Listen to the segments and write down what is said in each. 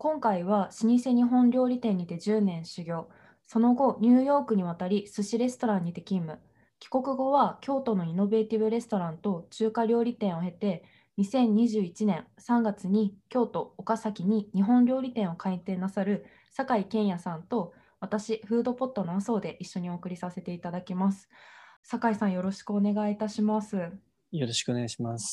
今回は老舗日本料理店にて10年修行、その後ニューヨークに渡り寿司レストランにて勤務、帰国後は京都のイノベーティブレストランと中華料理店を経て、2021年3月に京都岡崎に日本料理店を開店なさる酒井健也さんと、私フードポットの麻生で一緒にお送りさせていただきます。酒井さん、よろしくお願いいたします。 よろしくお願いします。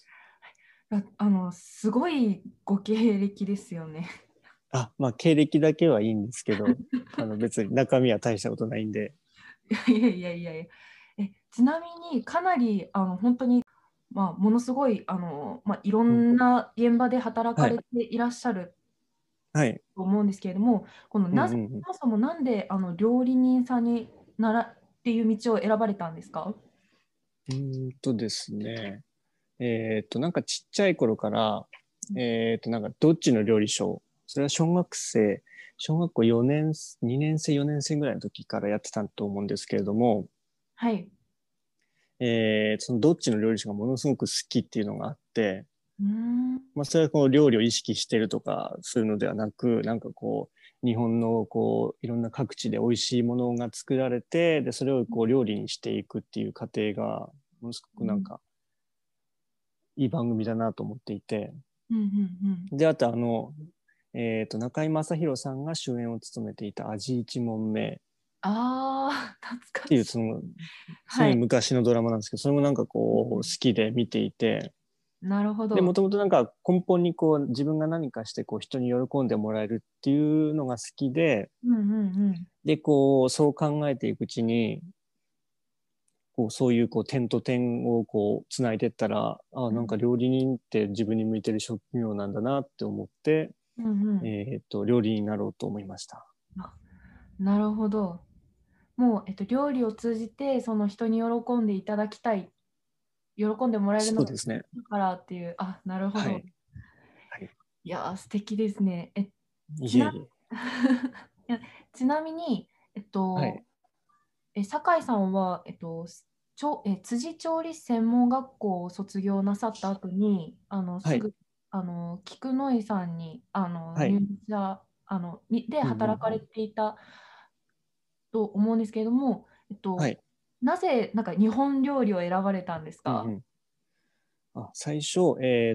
すごいご経歴ですよね。 まあ、経歴だけはいいんですけど、別に中身は大したことないんで。 いやいやいやいや。ちなみにかなり本当に、ものすごいいろうん、 んな現場で働かはい。 れていらっしゃるはい。 と思うんですけれども、このなぜ、 うんうんうん。 そもそもなんで料理人さんにならっていう道を選ばれたんですか？ ですね。なんかちっちゃい頃から、なんかどっちの料理ショー、それは小学校4年、2年生、4年生ぐらいの時からやってたと思うんですけれども、 はい。 そのどっちの料理ショーがものすごく好きっていうのがあって、 うーん。 まあ、それはこう料理を意識してるとかそういうのではなく、なんかこう日本のこういろんな各地で美味しいものが作られて、でそれをこう料理にしていくっていう過程がものすごくなんかいい番組だなと思っていて、 うんうんうん。 であと中居正広さんが主演を務めていた味一問目っああ、懐かしい。 ていうすごいはい。 昔のドラマなんですけど、それもなんかこう好きで見ていて、 なるほで、もど。 ともとなんか根本にこう自分が何かしてこう人に喜んでもらえるっていうのが好きで、 うんうんうん。 で、こう、そう考えていくうちに、こう、そういうこう点と点をこう、つないでったら、なんか料理人って自分に向いてる職業なんだなって思って、 うんうん。 料理人になろうと思いました。 あ、なるほど。もう、料理を通じてその人に喜んでいただきたい、喜んでもらえるのがそうですね。 だからっていう、あ、なるほど。 はい。はい。 いやー、素敵ですね。ちな、 いえいえ。 いや、ちなみに、 はい。 酒井さんは、辻調理師専門学校を卒業なさった後に、 はい。 すぐ、菊野井さんに、入はい。 社、でうんうん。 働かれていたと思うんですけれども、 はい。 なぜ、なんか日本料理を選ばれたんですか？ うんうん。最初、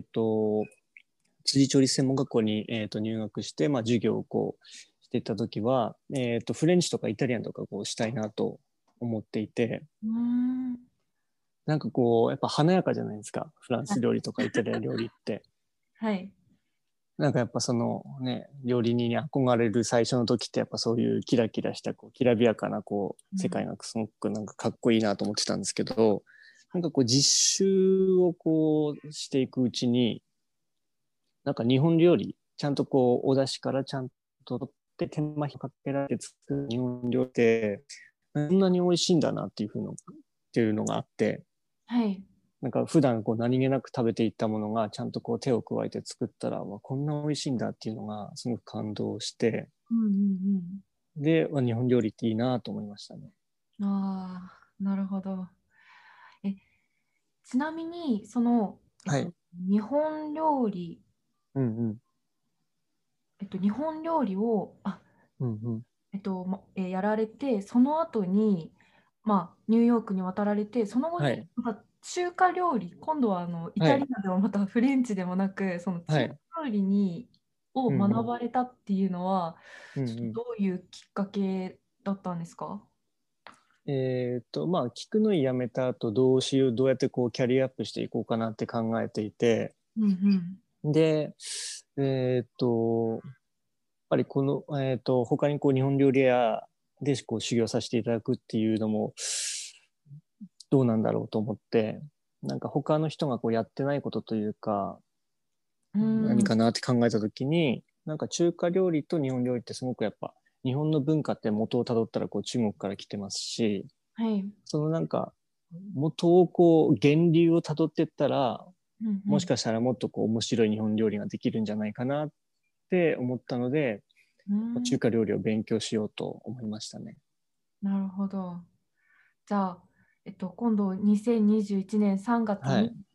調理師専門学校に、入学して、まあ、授業をこうしていった時は、フレンチとかイタリアンとかこうしたいなと思っていて、 うーん。 なんかこう、やっぱ華やかじゃないですか。フランはい。 ス料理とかイタリア料理って。 はい。 なんかやっぱそのね、料理人に憧れる最初の時ってやっぱそういうキラキラしたこうきらびやかなこう世界うん。 がすごくなんかかっこいいなと思ってたんですけど、なんかこう実習をこうしていくうちに、なんか日本料理、ちゃんとこうお出汁からちゃんと取って手間暇かけられて作る日本料理ってこんなに美味しいんだなっていうのがあって、 はい。 なんか普段こう何気なく食べていったものがちゃんとこう手を加えて作ったら、こんな美味しいんだっていうのがすごく感動して、 うんうんで、日本料理っていいなと思いましたね。 うん。ああ、なるほど。え、ちなみに、その、 はい。 日本料理、 うんうん。 日本料理を、 うんうん。 やられて、その後に、ニューヨークに渡られて、その後に、 はい。 中華料理、今度はイタリはい。 アンでもまたフレンチでもなく、その中華はい。 料理をうんうん。 学ばれたっていうのは、ちょっうんうん。 とどういうきっかけだったんですか？ まあ、聞くのやめた後、どうやってこう、キャリアアップしていこうかなって考えていて、 うんうん。 で、やっぱり他にこう、日本料理屋でこう修行させていただくっていうのも、どうなんだろうと思って、なんか他の人がこうやってないことというか、 うーん。 何かなって考えたときに、なんか中華料理と日本料理ってすごくやっぱ、日本の文化って元をたどったらこう中国から来てますし、 はい。 そのなんか、元をこう、源流をたどっていったら、 うんうん。 もしかしたらもっとこう面白い日本料理ができるんじゃないかなって思ったので、 うーん。 中華料理を勉強しようと思いましたね。 なるほど。じゃあ、今度2021年3月にはい。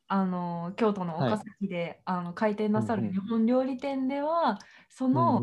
京都の岡はい。 崎で開店なさるうんうん。 日本料理店では、その、 うんうん。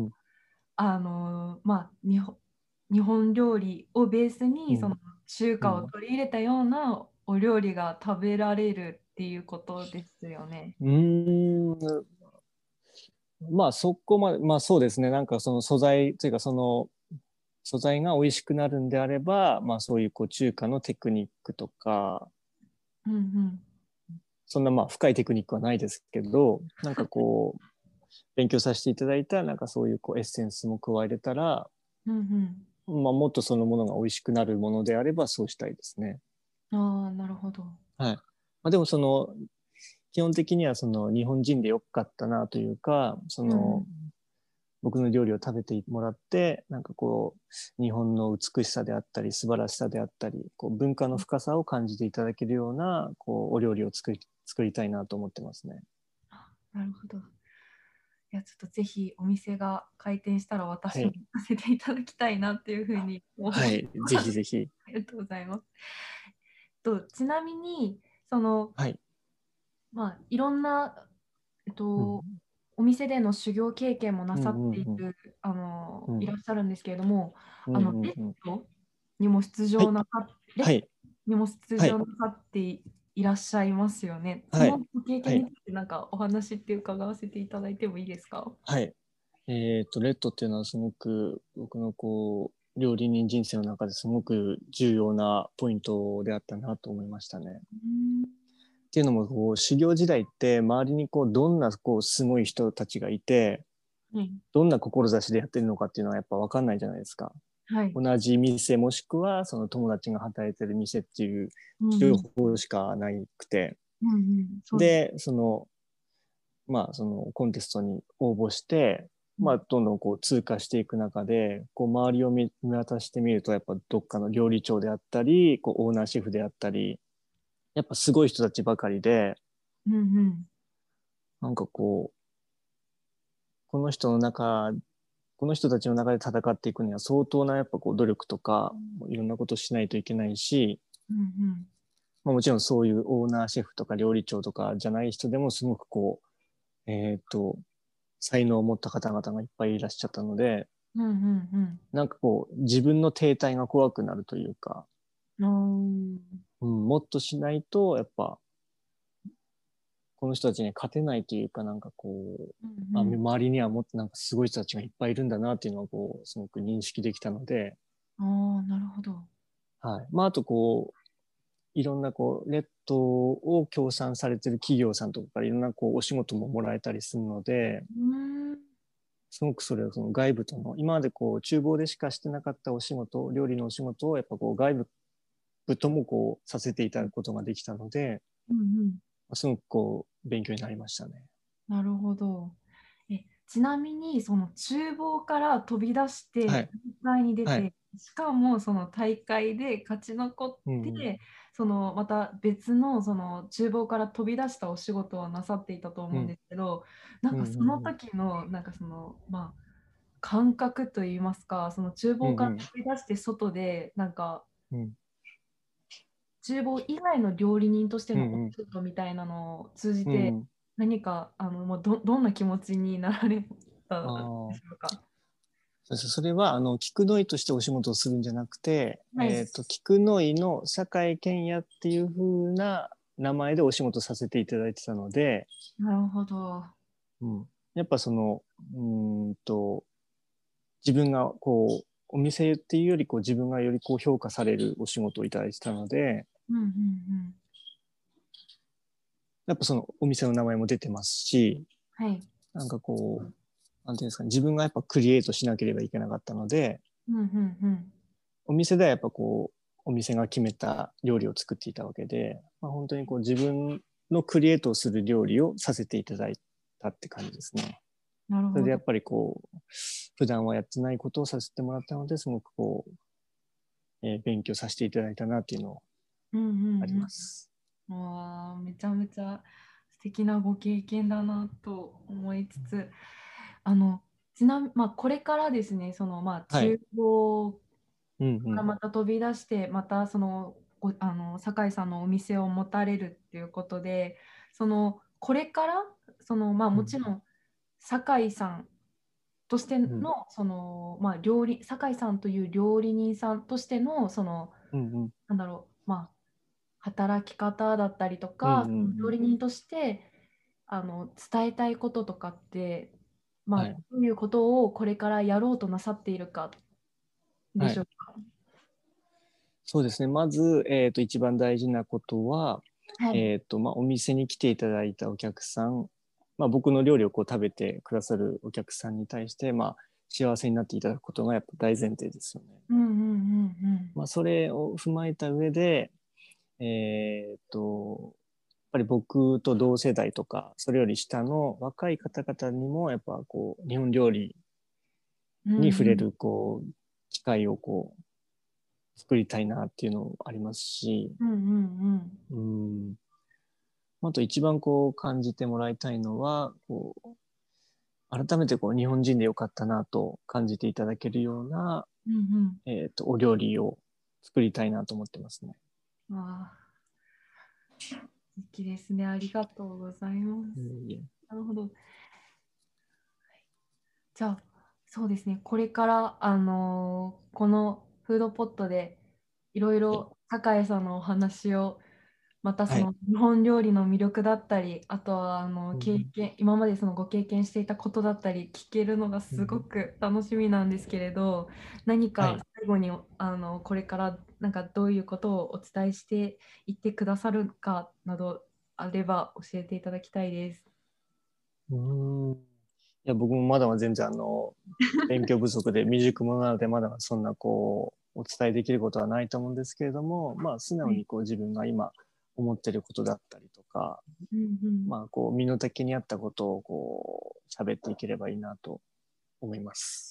日本料理をベースにそのうん中華をうん。 取り入れたようなお料理が食べられるっていうことですよね。 うーん。まあそこまで、まあそうですね。なんかその素材というかその素材が美味しくなるんであれば、まあそういうこう中華のテクニックとか、 うんうん。 そんなまあ深いテクニックはないですけど、なんかこう勉強させていただいたなんかそういうこうエッセンスも加えれたら、 うんまあもっとそのものが美味しくなるものであればそうしたいですね。 うん。ああ、なるほど。 はい。まあ、でもその基本的にはその日本人でよかったなというか、そのうん僕の料理を食べてもらって、なんかこう、日本の美しさであったり、素晴らしさであったり、こう文化の深さを感じていただけるような、こう、お料理を作りたいなと思ってますね。 なるほど。いや、ちょっとぜひお店が開店したら私もはい。 させていただきたいなっていうふうに思ってはい。ぜます。 ひぜひ。 ありがとうございます。ちなみに、その、 はい。 いろんな、 うん。 お店での修行経験もなうんさってうんうん。 いる、 うん。 いらっしゃるんですけれども、レッうんうんうん。 ドにも出はい。 場なさっ、レッドはい。 にも出はい。 場なさっていらっしゃいますよね。そはい。 のご経はい。 験についてなんかお話って伺わせていただいてもいいですか？ はい。レッドっていうのはすごく僕のこう、料理人人生の中ですごく重要なポイントであったなと思いましたね。 うん。 っていうのもこう修行時代って周りにこうどんなこうすごい人たちがいてはい。 どんな志でやってるのかっていうのはやっぱ分かんないじゃないですか。 はい。 同じ店もしくはその友達が働いてる店っていう情うんうん。 報しかなくて、 うんうん。そうです。 でそのまあそのコンテストに応募して、まあ、どんどんこう通過していく中でこう周りを見渡してみるとやっぱどっかの料理長であったりこうオーナーシェフであったりやっぱすごい人たちばかりで、 うんうん。 なんかこうこの人の中、この人たちの中で戦っていくには相当なやっぱこう努力とか、いろんなことをしないといけないし、 うんうん。 まあ、もちろんそういうオーナーシェフとか料理長とかじゃない人でもすごくこう、才能を持った方々がいっぱいいらっしゃったので、 うんうんなんかこう、自分の停滞が怖くなるというか、 うん。 うん、もっとしないと、やっぱ、この人たちに勝てないというか、なんかこう、 うんうん。 周りにはもっとなんかすごい人たちがいっぱいいるんだなっていうのをこう、すごく認識できたので、 ああ、なるほど。 はい。まあ、あとこう、いろんなこう、レッドを協賛されてる企業さんとかからいろんなこう、お仕事ももらえたりするので、 うん。 すごくそれをその外部との、今までこう、厨房でしかしてなかったお仕事、料理のお仕事をやっぱこう、外部ともこう、させていただくことができたので、 うんうん。 すごくこう、勉強になりましたね。 なるほど。ちなみに、その厨房から飛び出してはい。 大会に出はい。 て、しかもその大会で勝ち残っうん。 て、そのまた別のその厨房から飛び出したお仕事をなさっていたと思うんうん。 ですけど、なんうん。 かそのうん。 時のなんかその感覚といいますか、その厨うん。 房からうん。 飛び出して外でなんかうん。 厨房以外の料理人としてうん。 のおうん。 仕事みたいなのを通じてうん。 何かもうどんな気持ちになられあたでしょあ。 うか？ そうです。それは、菊の井としてお仕事をするんじゃなくて、 はい。 菊の井の酒井健也っていう風な名前でお仕事させていただいてたので、 なるほど。 うん、やっぱその、自分がこう、お店っていうよりこう自分がよりこう評価されるお仕事をいただいてたので、 うんうんやっぱそのお店の名前も出てますし、 うん。はい。 なんかこう、なんていうんですかね、自分がやっぱクリエイトしなければいけなかったので、 うんうんうん。 お店ではやっぱこう、お店が決めた料理を作っていたわけで、まあ、本当にこう自分のクリエイトをする料理をさせていただいたって感じですね。それなるほど。 でやっぱりこう、普段はやってないことをさせてもらったので、すごくこう、勉強させていただいたなっていうのうんうありんます。 うん。わあ、めちゃめちゃ素敵なご経験だなと思いつつ、あの、これからですね、 はい。 厨房うんうん。 からまた飛び出して、またその、酒井さんのお店を持たれるっていうことで、 これからもちろん酒井さんとしての、酒井さんという料理人さんとしてのなんだろう、働き方だったりとか、料理人として伝えたいこととかって、 はい。 どういうことをこれからやろうとなさっているかではい。 しょうか。 そうですね。まず、一番大事なことは、 はい。 お店に来ていただいたお客さん、僕の料理をこう食べてくださるお客さんに対して、幸せになっていただくことがやっぱ大前提ですよね。 うんうんうんそれを踏まえた上で、やっぱり僕と同世代とか、それより下の若い方々にも、やっぱこう、日本料理うん。うんうん。 に触れる、こう、機会をこう、作りたいなっていうのもありますし、 うんうんうん。あと一番こう感じてもらいたいのは、こう、改めてこう日本人でよかったなと感じていただけるような、 うんうんお料理を作りたいなと思ってますね。 うん。素敵ですね。ありがとうございます。 いえなるほど。じゃあ、そうですね。これから、このフードポットでいろいろ酒井さんのお話を、またそはい。 の日本料理の魅力だったり、あとはうん今までそのご経験していたことだったり、聞けるのがすごうんく楽しみなんですけれど、何かはい。 最後にこれからなんかどういうことをお伝えしていってくださるかなどあれば教えていただきたいです。 うん。いや、僕もまだまだ全然勉強不足で未熟者なので、まだまだそんなこう、お伝えできることはないと思うんですけれども、素直はい。 にこう自分が今思ってることだったりとか、 うんうん。 こう、身の丈に合ったことをこう、喋っていければいいなと思います。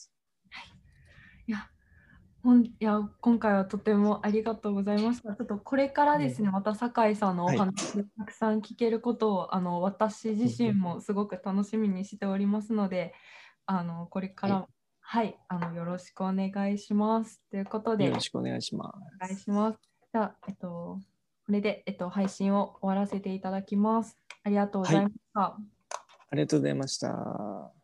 いや、いや、今回はとてもありがとうございました。ちょっとこれからですね、また酒井さんのおはい。 話、たくさん聞けることを、私自身もすごく楽しみにしておりますので、これかはい。 ら、はい、よろしくお願いします。ということで、 よろしくお願いしまお願いす。 します。じゃあ、これで、配信を終わらせていただきます。ありがとうごはい。 ざいました。 ありがとうございました。